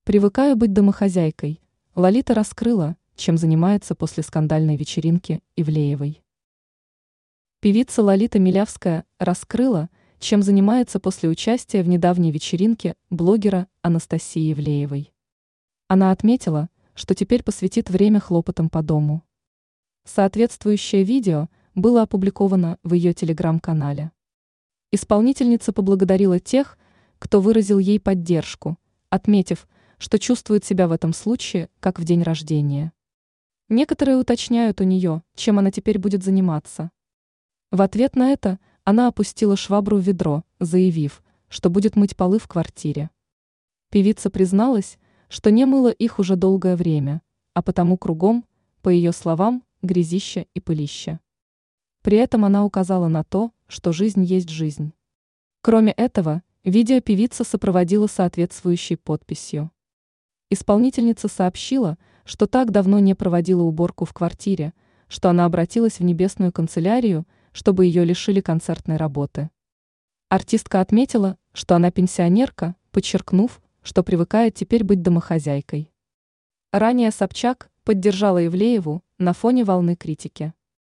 Привыкаю быть домохозяйкой. Лолита раскрыла, чем занимается после скандальной вечеринки Ивлеевой. Певица Лолита Милявская раскрыла, чем занимается после участия в недавней вечеринке блогера Анастасии Ивлеевой. Она отметила, что теперь посвятит время хлопотам по дому. Соответствующее видео было опубликовано в ее телеграм-канале. Исполнительница поблагодарила тех, кто выразил ей поддержку, отметив, что чувствует себя в этом случае, как в день рождения. Некоторые уточняют у нее, чем она теперь будет заниматься. В ответ на это она опустила швабру в ведро, заявив, что будет мыть полы в квартире. Певица призналась, что не мыла их уже долгое время, а потому кругом, по ее словам, грязище и пылище. При этом она указала на то, что жизнь есть жизнь. Кроме этого, видео певица сопроводила соответствующей подписью. Исполнительница сообщила, что так давно не проводила уборку в квартире, что она обратилась в небесную канцелярию, чтобы ее лишили концертной работы. Артистка отметила, что она пенсионерка, подчеркнув, что привыкает теперь быть домохозяйкой. Ранее Собчак поддержала Ивлееву на фоне волны критики.